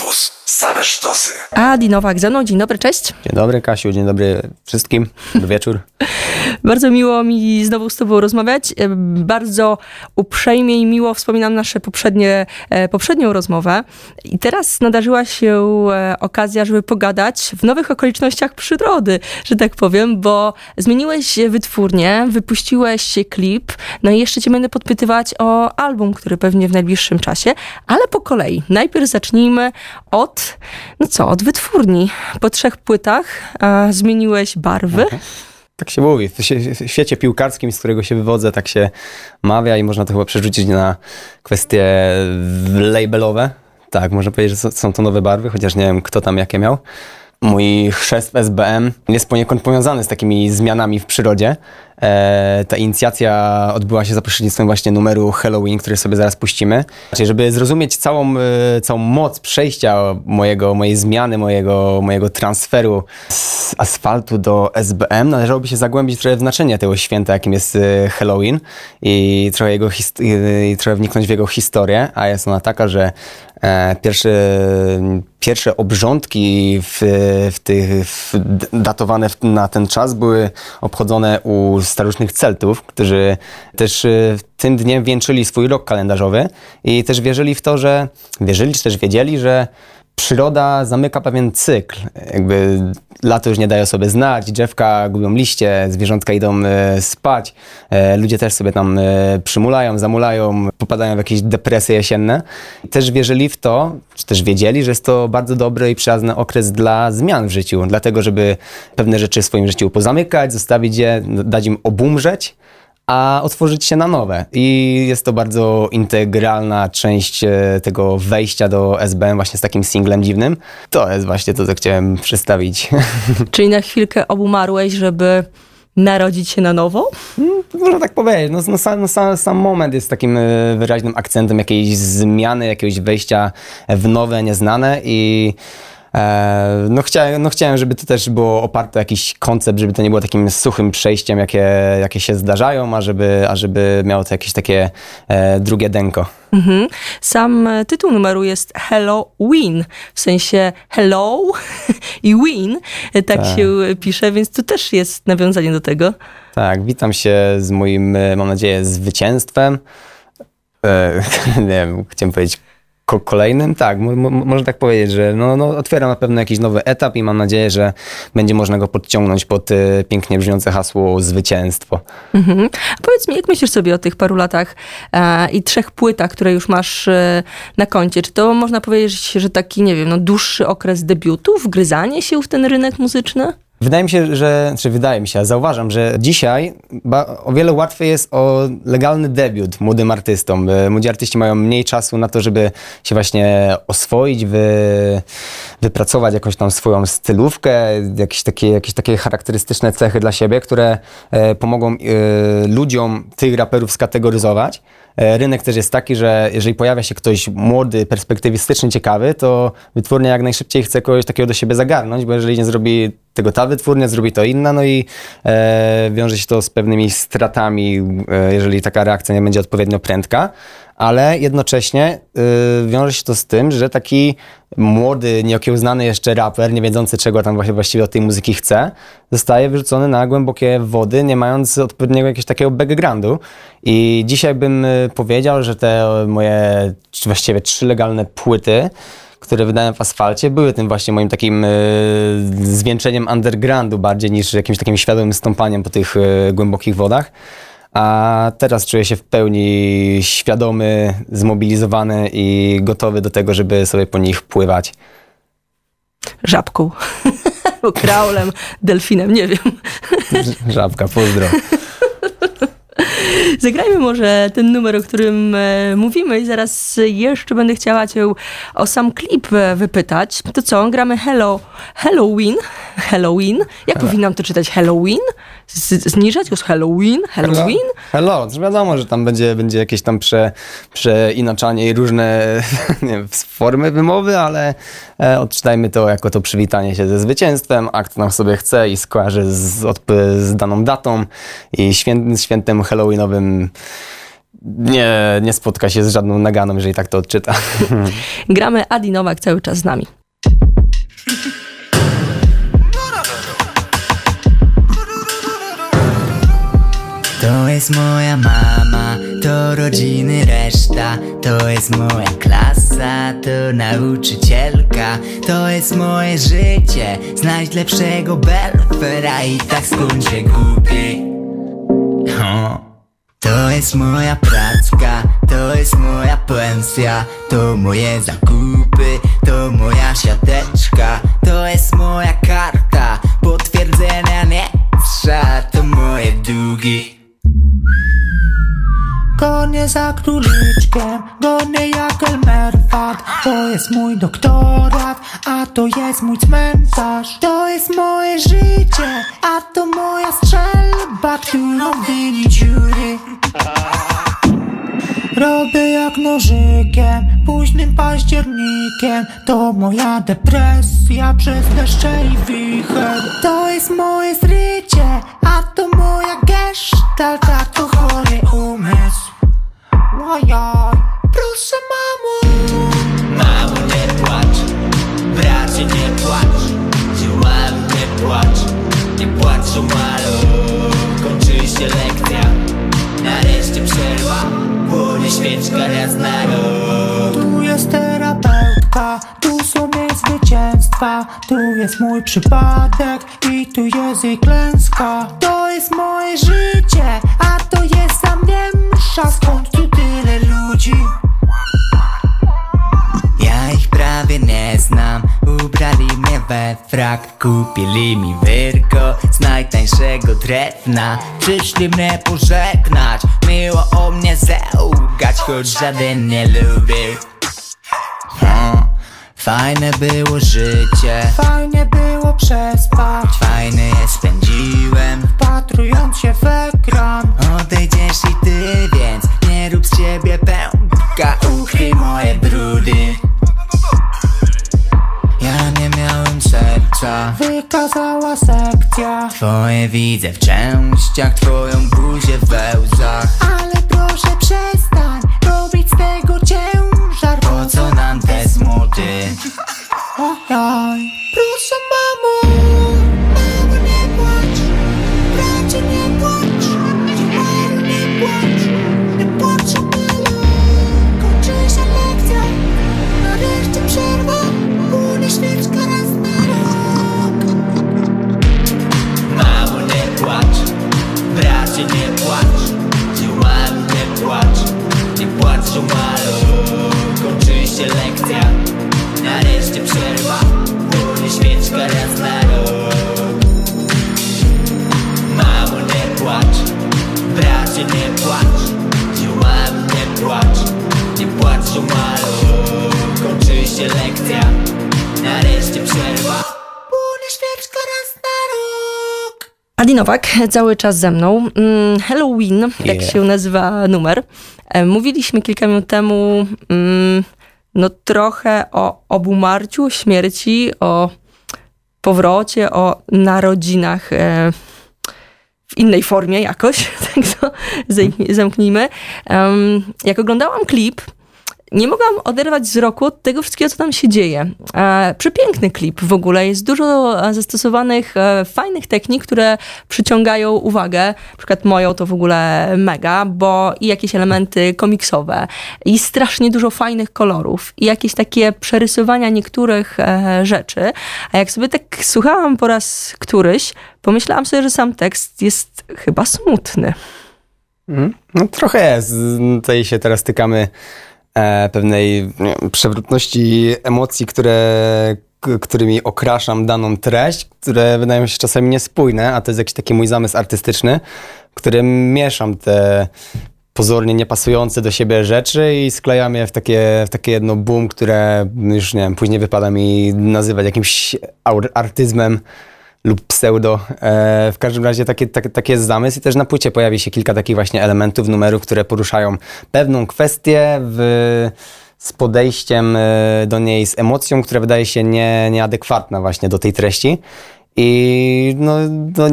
Campus. Same sztosy. Adi Nowak ze mną. Dzień dobry, cześć. Dzień dobry, Kasiu, dzień dobry wszystkim. Dobry wieczór. Bardzo miło mi znowu z tobą rozmawiać. Bardzo uprzejmie i miło wspominam nasze poprzednią rozmowę. I teraz nadarzyła się okazja, żeby pogadać w nowych okolicznościach przyrody, że tak powiem, bo zmieniłeś wytwórnię, wypuściłeś klip, no i jeszcze cię będę podpytywać o album, który pewnie w najbliższym czasie, ale po kolei. Najpierw zacznijmy od wytwórni. Po 3 płytach zmieniłeś barwy. Tak się mówi. W świecie piłkarskim, z którego się wywodzę, tak się mawia i można to chyba przerzucić na kwestie labelowe. Tak, można powiedzieć, że są to nowe barwy, chociaż nie wiem, kto tam jakie miał. Mój chrzest w SBM jest poniekąd powiązany z takimi zmianami w przyrodzie. Ta inicjacja odbyła się za pośrednictwem właśnie numeru Halloween, który sobie zaraz puścimy. Czyli żeby zrozumieć całą moc przejścia mojej zmiany, mojego transferu z asfaltu do SBM, należałoby się zagłębić trochę w znaczenie tego święta, jakim jest Halloween i trochę wniknąć w jego historię, a jest ona taka, że pierwsze obrządki datowane na ten czas były obchodzone u starożytnych Celtów, którzy też tym dniem wieńczyli swój rok kalendarzowy i też wierzyli w to, czy też wiedzieli, że przyroda zamyka pewien cykl. Jakby lato już nie daje o sobie znać, drzewka gubią liście, zwierzątka idą spać, ludzie też sobie tam przymulają, zamulają, popadają w jakieś depresje jesienne. Też wierzyli w to, czy też wiedzieli, że jest to bardzo dobry i przyjazny okres dla zmian w życiu, dlatego żeby pewne rzeczy w swoim życiu pozamykać, zostawić je, dać im obumrzeć, a otworzyć się na nowe. I jest to bardzo integralna część tego wejścia do SBM właśnie z takim singlem dziwnym. To jest właśnie to, co chciałem przedstawić. Czyli na chwilkę obumarłeś, żeby narodzić się na nowo? Można tak powiedzieć. Sam moment jest takim wyraźnym akcentem jakiejś zmiany, jakiegoś wejścia w nowe, nieznane i chciałem, żeby to też było oparte o jakiś koncept, żeby to nie było takim suchym przejściem, jakie się zdarzają, a żeby miało to jakieś takie drugie denko. Mhm. Sam tytuł numeru jest Halloween, w sensie hello i win, tak się pisze, więc to też jest nawiązanie do tego. Tak, witam się z moim, mam nadzieję, zwycięstwem. Nie wiem, chciałem powiedzieć kolejnym, tak, można tak powiedzieć, że otwieram na pewno jakiś nowy etap i mam nadzieję, że będzie można go podciągnąć pod pięknie brzmiące hasło zwycięstwo. Mhm. A powiedz mi, jak myślisz sobie o tych paru latach i 3 płytach, które już masz na koncie? Czy to można powiedzieć, że taki, nie wiem, dłuższy okres debiutu, wgryzanie się w ten rynek muzyczny? Wydaje mi się, zauważam, że dzisiaj o wiele łatwiej jest o legalny debiut młodym artystom. Młodzi artyści mają mniej czasu na to, żeby się właśnie oswoić, wypracować jakąś tam swoją stylówkę, jakieś takie charakterystyczne cechy dla siebie, które pomogą ludziom tych raperów skategoryzować. Rynek też jest taki, że jeżeli pojawia się ktoś młody, perspektywistycznie ciekawy, to wytwórnia jak najszybciej chce kogoś takiego do siebie zagarnąć, bo jeżeli nie zrobi tego ta wytwórnia, zrobi to inna, no i wiąże się to z pewnymi stratami, jeżeli taka reakcja nie będzie odpowiednio prędka, ale jednocześnie wiąże się to z tym, że taki młody, nieokiełznany jeszcze raper, nie wiedzący czego tam właściwie od tej muzyki chce, zostaje wyrzucony na głębokie wody, nie mając odpowiedniego jakiegoś takiego backgroundu. I dzisiaj bym powiedział, że te moje właściwie 3 legalne płyty, które wydałem w Asfalcie, były tym właśnie moim takim zwieńczeniem undergroundu bardziej niż jakimś takim świadomym stąpaniem po tych głębokich wodach. A teraz czuję się w pełni świadomy, zmobilizowany i gotowy do tego, żeby sobie po nich pływać. Żabką. Kraulem, delfinem, nie wiem. Żabka, pozdro. Zagrajmy może ten numer, o którym mówimy i zaraz jeszcze będę chciała cię o sam klip wypytać. To co, gramy Halloween? Jak powinnam to czytać? Halloween? Zniżać go z Halloween? Hello. Wiadomo, że tam będzie jakieś tam przeinaczanie i różne nie wiem, formy wymowy, ale odczytajmy to jako to przywitanie się ze zwycięstwem. Akt nam sobie chce i skojarzy z daną datą i świętem halloweenowym nie spotka się z żadną naganą, jeżeli tak to odczyta. Gramy Adi Nowak cały czas z nami. To jest moja mama, to rodziny reszta. To jest moja klasa, to nauczycielka. To jest moje życie, znajdź lepszego belfera i tak skończę głupi. To jest moja pracka, to jest moja pensja. To moje zakupy, to moja siateczka. To jest moja karta, potwierdzenia nie trzeba. To moje długi. Gonię za króliczkiem, gonię jak Elmerfat. To jest mój doktorat, a to jest mój cmentarz. To jest moje życie, a to moja strzelba, którą wyni dziury. Robię jak nożykiem, późnym październikiem. To moja depresja przez deszcze i wicher. To jest moje zrycie, a to moja gestalt, a to chory umysł. Ojoj, proszę mamo. Mamo nie płacz, bracie nie płacz, działam nie płacz, nie płacz o malu. Kończy się lekcja, nareszcie przerwa, płonie świeczka raz na rok. Tu jest terapeutka, tu są jej zwycięstwa. Tu jest mój przypadek i tu jest jej klęska. To jest moje życie, a to jest za mnie msza. Skąd tu tyle ludzi? Ja ich prawie nie znam. Ubrali mnie we frak, kupili mi wyrko z najtańszego drewna. Przyszli mnie pożegnać, miło o mnie zełgać, choć żaden nie lubi. Fajne było życie, fajnie było przespać, fajnie je spędziłem, wpatrując się w ekran. Odejdziesz i ty, więc nie rób z ciebie pępka, ukryj moje brudy. Ja nie miałem serca, wykazała sekcja. Twoje widzę w częściach, twoją buzię we łzach. Ale proszę przestań robić z tego ciężar. Po co nam te smuty? Ojoj, proszę mamo. Mamo nie płacz, bracie nie płacz, mamo nie płacz, nie płacz o malu. Kończy się lekcja, nareszcie przerwa, płonie świeczka raz na rok. Mamo nie płacz, bracie nie płacz, mamo nie płacz, nie płacz o malu. Kończy się lekcja, nareszcie przerwa, płonie świeczka raz na rok. Mamo nie płacz, bracie nie płacz, mamo nie płacz, nie płacz o malu. Kończy się lekcja, nareszcie przerwa, płonie świeczka raz na rok. Adi Nowak cały czas ze mną. Halloween, jak się nazywa numer. Mówiliśmy kilka minut temu no trochę o obumarciu, śmierci, o powrocie, o narodzinach w innej formie jakoś, tak to zamknijmy. Jak oglądałam klip, nie mogłam oderwać wzroku od tego wszystkiego, co tam się dzieje. Przepiękny klip w ogóle. Jest dużo zastosowanych fajnych technik, które przyciągają uwagę. Na przykład moją to w ogóle mega, bo i jakieś elementy komiksowe, i strasznie dużo fajnych kolorów, i jakieś takie przerysowania niektórych rzeczy. A jak sobie tak słuchałam po raz któryś, pomyślałam sobie, że sam tekst jest chyba smutny. No trochę jest. Tutaj się teraz stykamy pewnej przewrotności emocji, którymi okraszam daną treść, które wydają się czasami niespójne, a to jest jakiś taki mój zamysł artystyczny, w którym mieszam te pozornie niepasujące do siebie rzeczy i sklejam je w takie jedno boom, które już nie wiem, później wypada mi nazywać jakimś artyzmem lub pseudo. W każdym razie taki jest zamysł i też na płycie pojawi się kilka takich właśnie elementów, numerów, które poruszają pewną kwestię z podejściem do niej, z emocją, która wydaje się nieadekwatna właśnie do tej treści. I no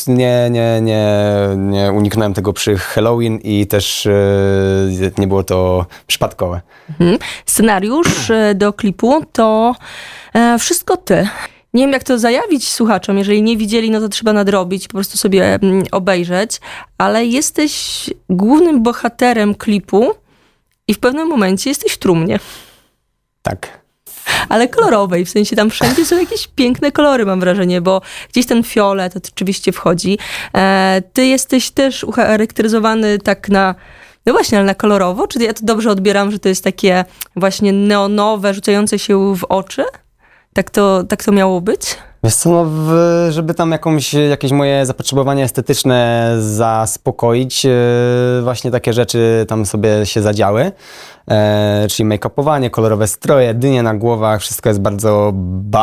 nie uniknąłem tego przy Halloween i też nie było to przypadkowe. Scenariusz do klipu to wszystko ty. Nie wiem, jak to zajawić słuchaczom. Jeżeli nie widzieli, no to trzeba nadrobić, po prostu sobie obejrzeć. Ale jesteś głównym bohaterem klipu i w pewnym momencie jesteś w trumnie. Tak. Ale kolorowej, w sensie tam wszędzie są jakieś piękne kolory, mam wrażenie, bo gdzieś ten fiolet oczywiście wchodzi. Ty jesteś też ucharakteryzowany tak no właśnie, ale na kolorowo? Czy ja to dobrze odbieram, że to jest takie właśnie neonowe, rzucające się w oczy? Tak to miało być? Wiesz co, no, żeby tam jakieś moje zapotrzebowanie estetyczne zaspokoić, właśnie takie rzeczy tam sobie się zadziały, czyli make-upowanie, kolorowe stroje, dynie na głowach, wszystko jest bardzo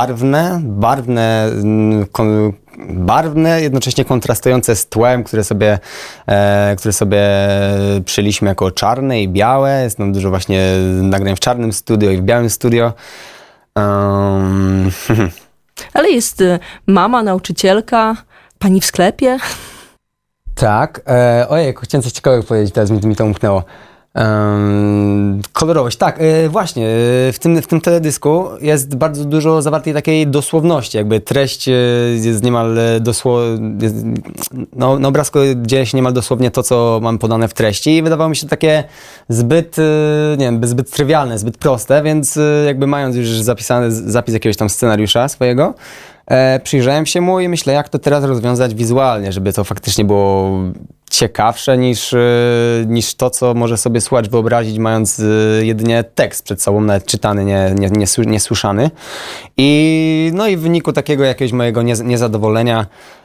barwne, jednocześnie kontrastujące z tłem, które sobie przyjęliśmy jako czarne i białe. Jest tam dużo właśnie nagrań w czarnym studio i w białym studio. Ale jest mama, nauczycielka, pani w sklepie. Tak. Ojej, chciałem coś ciekawego powiedzieć, teraz mi to umknęło. Kolorowość, tak, właśnie, w tym teledysku jest bardzo dużo zawartej takiej dosłowności, jakby treść jest niemal na obrazku dzieje się niemal dosłownie to, co mam podane w treści i wydawało mi się takie zbyt trywialne, zbyt proste, więc jakby mając już zapis jakiegoś tam scenariusza swojego, przyjrzałem się mu i myślę, jak to teraz rozwiązać wizualnie, żeby to faktycznie było ciekawsze niż to, co może sobie słuchacz wyobrazić, mając jedynie tekst przed sobą, nawet czytany, niesłyszany. I w wyniku takiego jakiegoś mojego niezadowolenia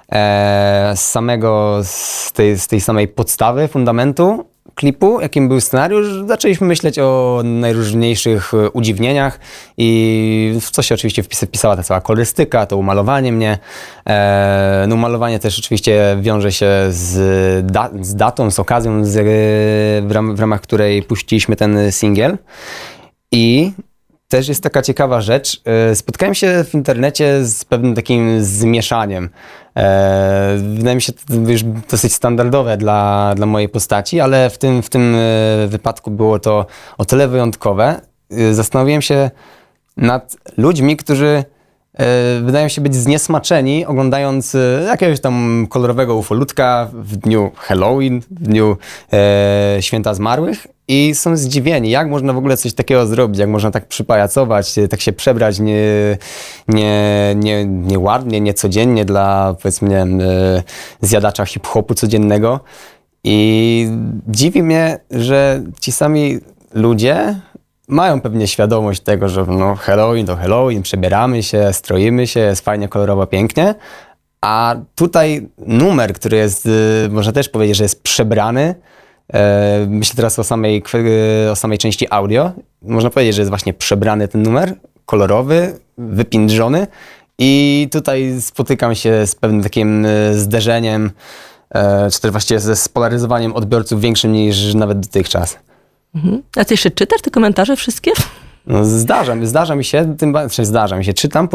z tej samej podstawy, fundamentu klipu, jakim był scenariusz, zaczęliśmy myśleć o najróżniejszych udziwnieniach i w co się oczywiście wpisała ta cała kolorystyka, to umalowanie mnie. Umalowanie też oczywiście wiąże się z datą, z okazją, w ramach której puściliśmy ten singiel. I też jest taka ciekawa rzecz. Spotkałem się w internecie z pewnym takim zmieszaniem. Wydaje mi się to już dosyć standardowe dla mojej postaci, ale w tym wypadku było to o tyle wyjątkowe. Zastanowiłem się nad ludźmi, którzy wydają się być zniesmaczeni, oglądając jakiegoś tam kolorowego ufolutka w dniu Halloween, w dniu Święta Zmarłych i są zdziwieni, jak można w ogóle coś takiego zrobić, jak można tak przypajacować, tak się przebrać nieładnie, niecodziennie dla, powiedzmy, nie wiem, zjadacza hip-hopu codziennego. I dziwi mnie, że ci sami ludzie mają pewnie świadomość tego, że Halloween to Halloween, przebieramy się, stroimy się, jest fajnie, kolorowo, pięknie, a tutaj numer, który jest, można też powiedzieć, że jest przebrany, myślę teraz o samej części audio, można powiedzieć, że jest właśnie przebrany ten numer, kolorowy, wypindrzony i tutaj spotykam się z pewnym takim zderzeniem, czy też właściwie ze spolaryzowaniem odbiorców większym niż nawet dotychczas. A ty jeszcze czytasz te komentarze wszystkie? No, zdarza mi się, czytam,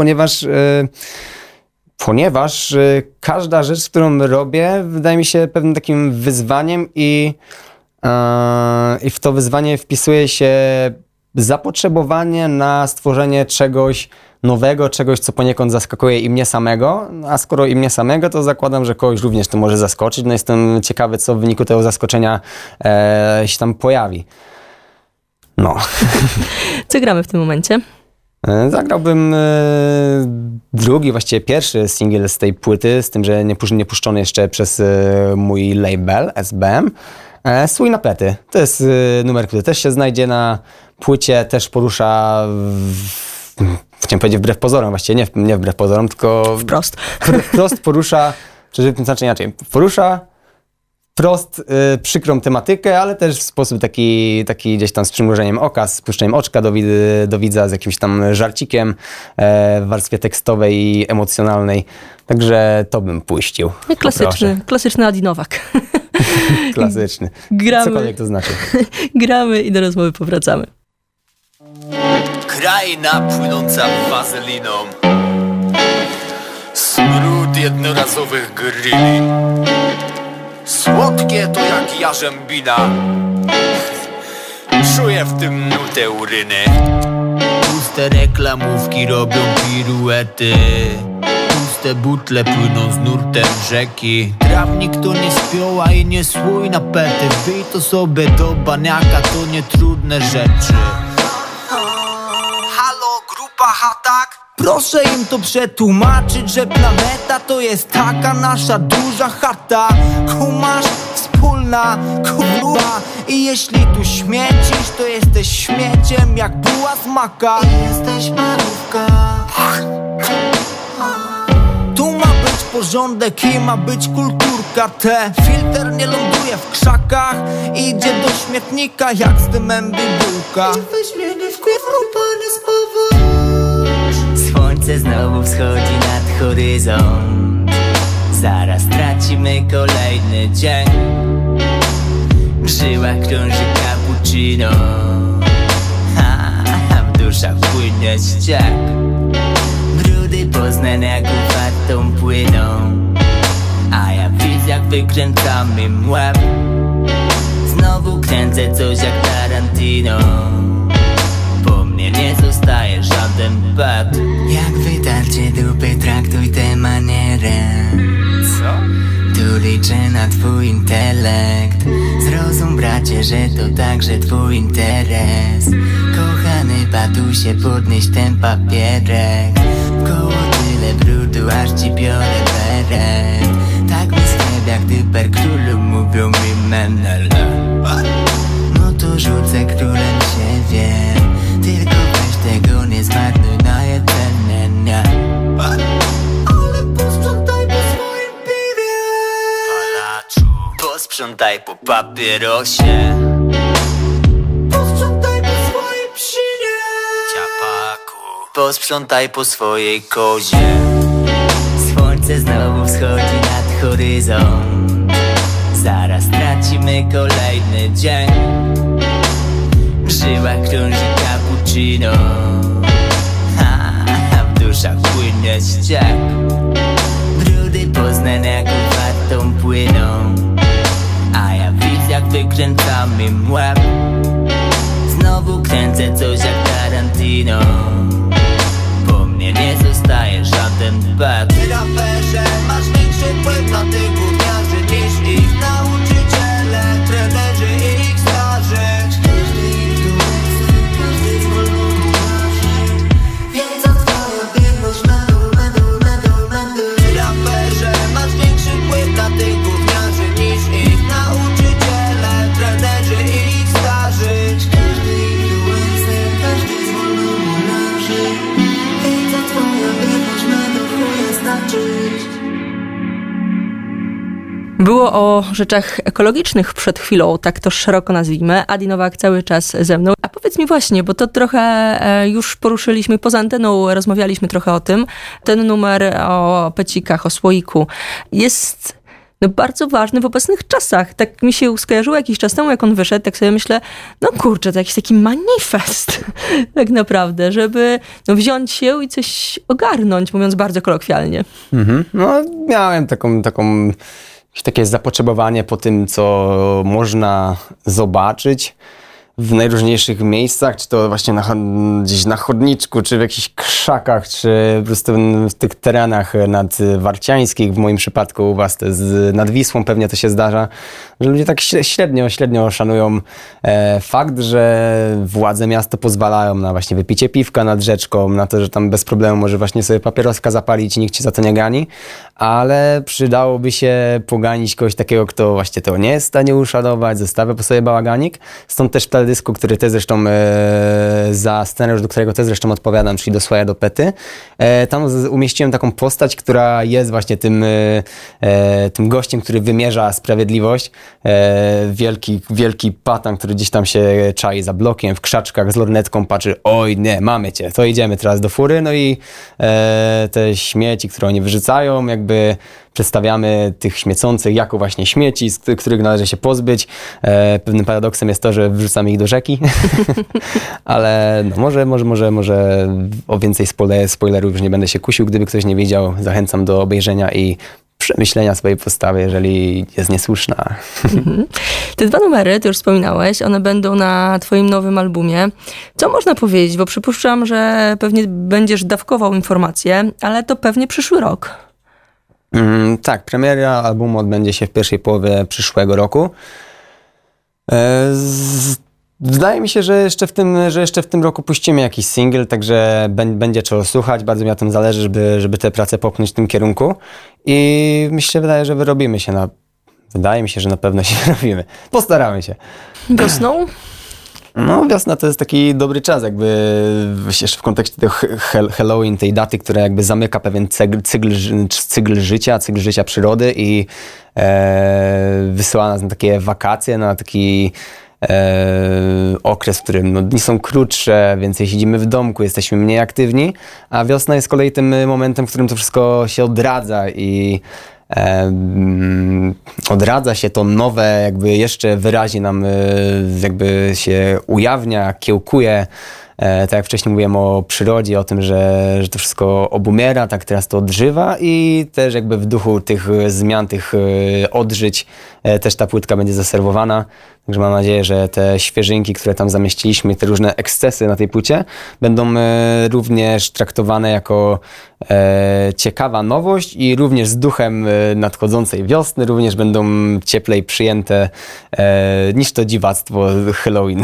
ponieważ każda rzecz, którą robię, wydaje mi się pewnym takim wyzwaniem i w to wyzwanie wpisuje się zapotrzebowanie na stworzenie czegoś nowego, czegoś, co poniekąd zaskakuje i mnie samego, a skoro i mnie samego, to zakładam, że kogoś również to może zaskoczyć. No jestem ciekawy, co w wyniku tego zaskoczenia się tam pojawi. No. Co gramy w tym momencie? Zagrałbym drugi, właściwie pierwszy singiel z tej płyty, z tym, że nie puszczony jeszcze przez mój label SBM. Słój na plety. To jest numer, który też się znajdzie na płycie, też porusza chciałem powiedzieć wbrew pozorom, właściwie nie wbrew pozorom, tylko wprost porusza, czy znaczy inaczej, porusza wprost przykrą tematykę, ale też w sposób taki gdzieś tam z przymrużeniem oka, z spuszczeniem oczka do widza, z jakimś tam żarcikiem w warstwie tekstowej i emocjonalnej. Także to bym puścił. Klasyczny Adi Nowak. Klasyczny. Gramy. Cokolwiek to znaczy. Gramy i do rozmowy powracamy. Kraina płynąca wazeliną, smród jednorazowych grilli. Słodkie to jak jarzębina. Czuję w tym nutę uryny. Puste reklamówki robią piruety. Puste butle płyną z nurtem rzeki. Trawnik to nie spioła i nie słój na pety. Wbij to sobie do baniaka, to nie trudne rzeczy. Halo, grupa Hatak? Proszę im to przetłumaczyć, że planeta to jest taka nasza duża chata. Kumasz? Wspólna kurwa. I jeśli tu śmiecisz, to jesteś śmieciem jak buła z maka. I jesteś marówka. Tu ma być porządek i ma być kulturka. Te filtr nie ląduje w krzakach, idzie do śmietnika jak z dymem bibułka. I weź mnie nie wkurw, panie spawacz. Słońce znowu wschodzi nad horyzont. Zaraz tracimy kolejny dzień. W żyłach krąży cappuccino, a w duszach płynie ściek. Brudy Poznania watą płyną, a ja widzę jak wykręcam im łeb. Znowu kręcę coś jak Tarantino. Po mnie nie zostaje żaden pet. Jak wytarcie dupy, traktuj tę manierę. Co? Tu liczę na twój intelekt. Zrozum bracie, że to także twój interes. Kochany patusie, podnieś ten papierek. Koło tyle brudu, aż ci biorę beret. Tak mi sklep gdy per królu mówią mi menele. No to rzucę królem siebie. Tylko weź tego nie zmarnuj na jedzenie, nie. Ale posprzątaj po swoim piwie. Palaczu, posprzątaj po papierosie. Posprzątaj po swoim psinie. Ciapaku, posprzątaj po swojej kozie. Słońce znowu wschodzi nad horyzont. Zaraz tracimy kolejny dzień. W żyłach krąży cappuccino, a w duszach płynie ściek. Brudy Poznania watą płyną, a ja widzę jak wykręcam im łeb. Znowu kręcę coś jak Tarantino. Po mnie nie zostaje żaden pet. Ty raperze, masz większy wpływ na tych gówniarzy niż ich nauczyciele, trenerzy i ich starzy. Było o rzeczach ekologicznych przed chwilą, tak to szeroko nazwijmy. Adi Nowak cały czas ze mną. A powiedz mi właśnie, bo to trochę już poruszyliśmy poza anteną, rozmawialiśmy trochę o tym. Ten numer o pecikach, o słoiku jest bardzo ważny w obecnych czasach. Tak mi się skojarzyło jakiś czas temu, jak on wyszedł, tak sobie myślę, no kurczę, to jakiś taki manifest tak naprawdę, żeby wziąć się i coś ogarnąć, mówiąc bardzo kolokwialnie. No, miałem takie zapotrzebowanie po tym, co można zobaczyć w najróżniejszych miejscach, czy to właśnie gdzieś na chodniczku, czy w jakichś krzakach, czy po prostu w tych terenach nadwarciańskich, w moim przypadku u was to jest nad Wisłą, pewnie to się zdarza, że ludzie tak średnio szanują fakt, że władze miasta pozwalają na właśnie wypicie piwka nad rzeczką, na to, że tam bez problemu może właśnie sobie papieroska zapalić i nikt ci za to nie gani, ale przydałoby się poganić kogoś takiego, kto właśnie to nie jest w stanie uszanować, zostawia po sobie bałaganik. Stąd też w teledysku, który też zresztą za scenariusz, do którego też zresztą odpowiadam, czyli do Słaja do Pety, tam umieściłem taką postać, która jest właśnie tym gościem, który wymierza sprawiedliwość. Wielki patan, który gdzieś tam się czai za blokiem, w krzaczkach z lornetką, patrzy, oj nie, mamy cię, to idziemy teraz do fury, no i te śmieci, które oni wyrzucają, jakby przedstawiamy tych śmiecących jako właśnie śmieci, z których należy się pozbyć. Pewnym paradoksem jest to, że wyrzucamy ich do rzeki, ale no, może o więcej spoilerów już nie będę się kusił, gdyby ktoś nie wiedział. Zachęcam do obejrzenia i przemyślenia swojej postawy, jeżeli jest niesłuszna. Te 2 numery, ty już wspominałeś, one będą na twoim nowym albumie. Co można powiedzieć? Bo przypuszczam, że pewnie będziesz dawkował informacje, ale to pewnie przyszły rok. Tak, premiera albumu odbędzie się w pierwszej połowie przyszłego roku. Wydaje mi się, że jeszcze w tym roku puścimy jakiś single, także będzie czego słuchać. Bardzo mi na tym zależy, żeby te prace popchnąć w tym kierunku. I wydaje, że wydaje mi się, że na pewno się wyrobimy. Postaramy się. Wiosną? No, wiosna to jest taki dobry czas, jakby jeszcze w kontekście tego Halloween, tej daty, która jakby zamyka pewien cykl życia przyrody i wysyła nas na takie wakacje, na taki okres, w którym dni są krótsze, więcej siedzimy w domku, jesteśmy mniej aktywni, a wiosna jest z kolei tym momentem, w którym to wszystko się odradza i odradza się to nowe, jakby jeszcze wyraźnie nam jakby się ujawnia, kiełkuje. Tak jak wcześniej mówiłem o przyrodzie, o tym, że to wszystko obumiera, tak teraz to odżywa i też jakby w duchu tych zmian, tych odżyć też ta płytka będzie zaserwowana. Także mam nadzieję, że te świeżynki, które tam zamieściliśmy, te różne ekscesy na tej płycie będą również traktowane jako ciekawa nowość i również z duchem nadchodzącej wiosny również będą cieplej przyjęte niż to dziwactwo Halloween.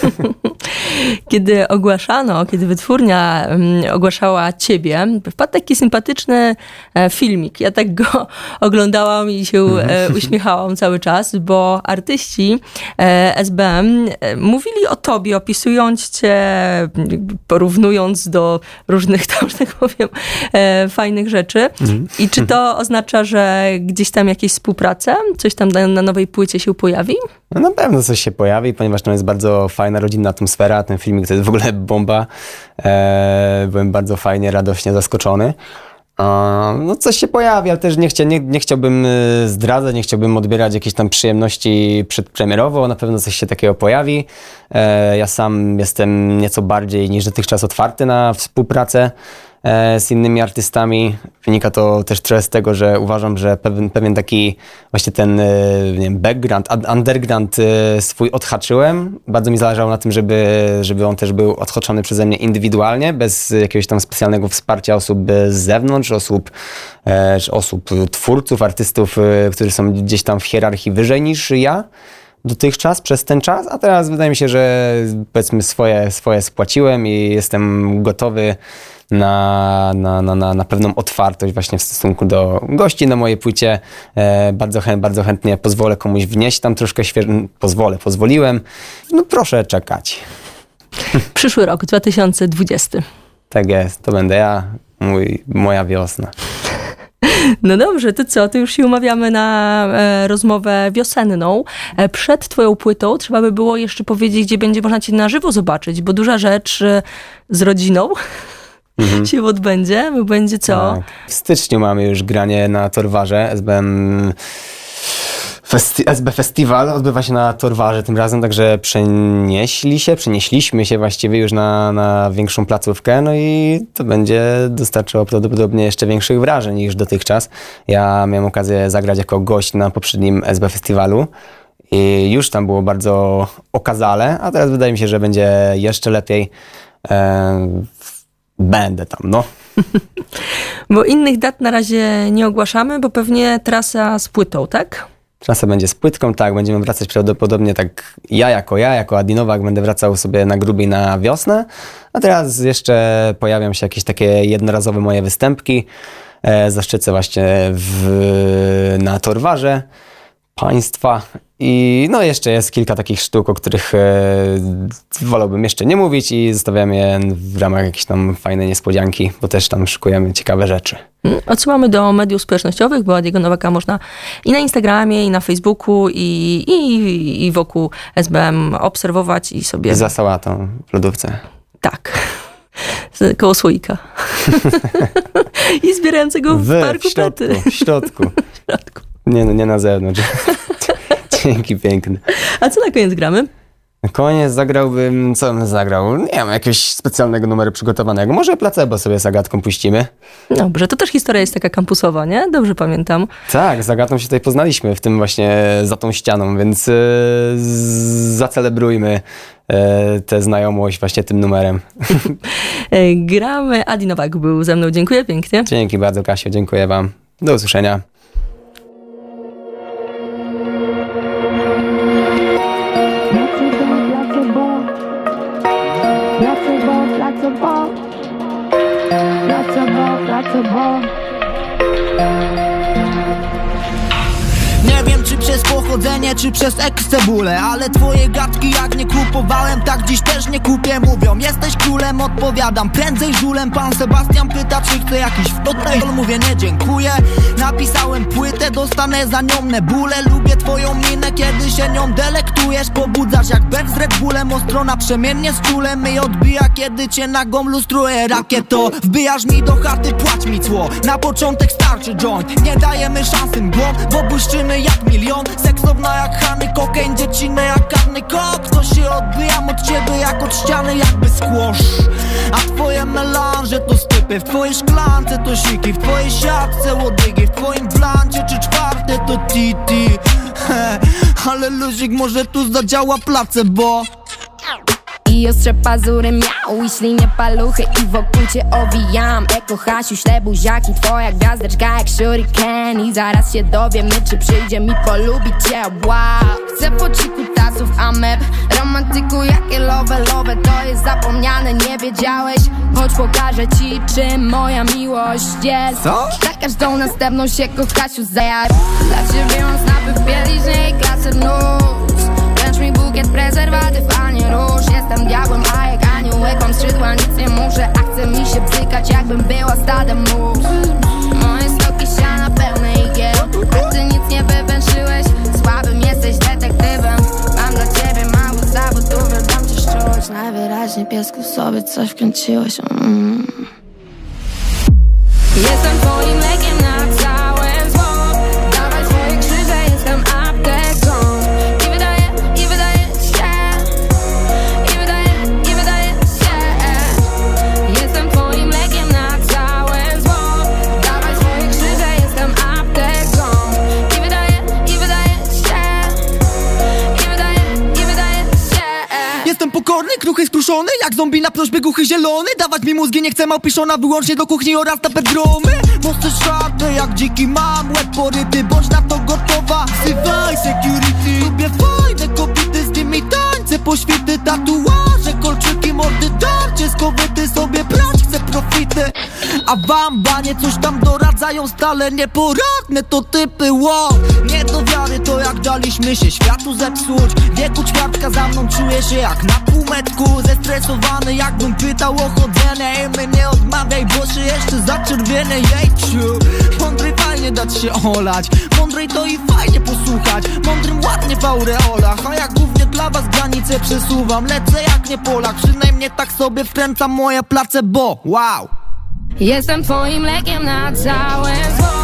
Kiedy wytwórnia ogłaszała ciebie, wpadł taki sympatyczny filmik. Ja tak go oglądałam i się uśmiechałam cały czas, bo artyści SBM mówili o tobie, opisując cię, porównując do różnych tam, że tak powiem, fajnych rzeczy. I czy to oznacza, że gdzieś tam jakieś współprace, coś tam na nowej płycie się pojawi? No na pewno coś się pojawi, ponieważ tam jest bardzo fajna, rodzinna atmosfera. Ten filmik to jest w ogóle bomba. Byłem bardzo fajnie, radośnie zaskoczony. No coś się pojawi, ale też nie chciałbym zdradzać, nie chciałbym odbierać jakiejś tam przyjemności przedpremierowo. Na pewno coś się takiego pojawi. Ja sam jestem nieco bardziej niż dotychczas otwarty na współpracę z innymi artystami. Wynika to też trochę z tego, że uważam, że pewien taki właśnie ten nie wiem, background, underground swój odhaczyłem. Bardzo mi zależało na tym, żeby on też był odhaczony przeze mnie indywidualnie, bez jakiegoś tam specjalnego wsparcia osób z zewnątrz, osób twórców, artystów, którzy są gdzieś tam w hierarchii wyżej niż ja dotychczas, przez ten czas, a teraz wydaje mi się, że powiedzmy swoje spłaciłem i jestem gotowy na pewną otwartość właśnie w stosunku do gości na mojej płycie. Bardzo chętnie pozwolę komuś wnieść tam troszkę pozwoliłem. No proszę czekać. Przyszły rok, 2020. Tak jest, to będę ja, moja wiosna. No dobrze, to co? To już się umawiamy na rozmowę wiosenną. Przed twoją płytą trzeba by było jeszcze powiedzieć, gdzie będzie można cię na żywo zobaczyć, bo duża rzecz z rodziną się odbędzie. Będzie co? Tak. W styczniu mamy już granie na Torwarze. SB Festiwal odbywa się na Torwarze tym razem, także przenieśliśmy się właściwie już na większą placówkę, no i to będzie dostarczało prawdopodobnie jeszcze większych wrażeń niż dotychczas. Ja miałem okazję zagrać jako gość na poprzednim SB Festiwalu i już tam było bardzo okazale, a teraz wydaje mi się, że będzie jeszcze lepiej. Będę tam, no. Bo innych dat na razie nie ogłaszamy, bo pewnie trasa z płytą, tak? Trasa będzie z płytką, tak, będziemy wracać prawdopodobnie tak ja jako Adi Nowak będę wracał sobie na grubiej na wiosnę, a teraz jeszcze pojawią się jakieś takie jednorazowe moje występki. Zaszczycę właśnie na Torwarze państwa i no jeszcze jest kilka takich sztuk, o których wolałbym jeszcze nie mówić i zostawiam je w ramach jakiejś tam fajnej niespodzianki, bo też tam szykujemy ciekawe rzeczy. Odsyłamy do mediów społecznościowych, bo Adiego Nowaka można i na Instagramie, i na Facebooku, i wokół SBM obserwować i sobie... Za sałatą w lodówce. Tak. Koło słoika. I zbierającego w parku pety. W środku. Nie na zewnątrz. Dzięki piękne. A co na koniec gramy? Na koniec zagrałbym, co bym zagrał? Nie mam jakiegoś specjalnego numeru przygotowanego. Może Placebo sobie z Agatką puścimy. Dobrze, to też historia jest taka kampusowa, nie? Dobrze pamiętam. Tak, z Agatą się tutaj poznaliśmy, w tym właśnie za tą ścianą, więc zacelebrujmy tę znajomość właśnie tym numerem. Gramy. Adi Nowak był ze mną. Dziękuję pięknie. Dzięki bardzo, Kasiu, dziękuję wam. Do usłyszenia. Nie wiem czy przez pochodzenie, czy przez eks-cebulę, ale twoje gadki jak nie kupowałem, tak dziś też nie kupię. Mówią, jesteś królem, odpowiadam, prędzej żulem. Pan Sebastian pyta, czy chcę jakiś wtopnej. Mówię, nie dziękuję. Napisałem płytę, dostanę za nią nebulę. Lubię twoją minę, kiedy się nią delektujesz. Pobudzasz jak Beck z Red Bullem, ostro naprzemiennie z czulem. I odbija, kiedy cię nagą lustruję. Rakieto, wbijasz mi do chaty, płać mi cło. Na początek starczy joint, nie dajemy szansy mgłom, bo błyszczymy jak milion. Seksowna jak Hany, kokain, dziecinę jak karny kok. To się odbijam od ciebie jak od ściany, jakby squash. A twoje melanże to stypy, w twojej szklance to siki, w twojej siatce łodygi, w twoim blancie czy czwarte to titi. Ale luzik, może tu zadziała placebo. I ostrze pazury miał i ślinie paluchy i wokół cię owijam. Eko Hasiu, śle buziaki, twoja gwiazdeczka jak shuriken. I zaraz się dowiemy, czy przyjdzie mi polubić cię, wow. Chcę po ciku tasów ameb, romantyku jakie love, to jest zapomniane, nie wiedziałeś. Chodź pokażę ci, czym moja miłość jest. Co? Za każdą następną się Hasiu zajar. Dla ciebie mam snapy w bieliźnie i klasy nóż. Wręcz mi bukiet prezerwatyw, a nie róż. Jestem diabłem, a jak anioł łykam skrzydła, nic nie muszę. A chce mi się bzykać, jakbym była stadem mórz. Moje stoki siana pełne igieł, a ty nic nie wywęszyłeś. Słabym jesteś detektywem. Mam dla ciebie mały zawód, uwielbiam cię szczuć. Najwyraźniej piesku w sobie coś wkręciłeś. Jestem twoim lekiem na całe zło. Dawaj swoje krzyże, jestem apteką. Jestem twoim lekiem na całe zło. Dawaj swoje krzyże, jestem apteką. I wydaje się. Jestem pokorny, kruchy, skruszony, jak zombie na prośbę głuchy zielony. Dawać mi mózgi, nie chcę małpiszona, wyłącznie do kuchni oraz tapet gromy. Mocne szarpy, jak dziki mam łeb poryty, bądź na to gotowa. Wzywaj security. Lubię fajne kobiety, z nimi tańce, poświty, tatuaże, kolczyki, mordy, darcie, skowyty, sobie brać chcę profity. A wam banie coś tam doradzają stale nieporadne to typy, wow. Nie do wiary to jak daliśmy się światu zepsuć. Wieku ćwiartka za mną czuję się jak na półmetku. Zestresowany jakbym pytał o chodzenie. I mnie nie odmawiaj, bo się jeszcze zaczerwienę. Jejciu, mądrej fajnie dać się olać, mądrej to i fajnie posłuchać. Mądrym ładnie w aureolach, a jak głównie dla was granice przesuwam. Lecę jak nie Polak, przynajmniej tak sobie wkręcam moje placebo, wow. Jestem twoim lekiem na całe zło.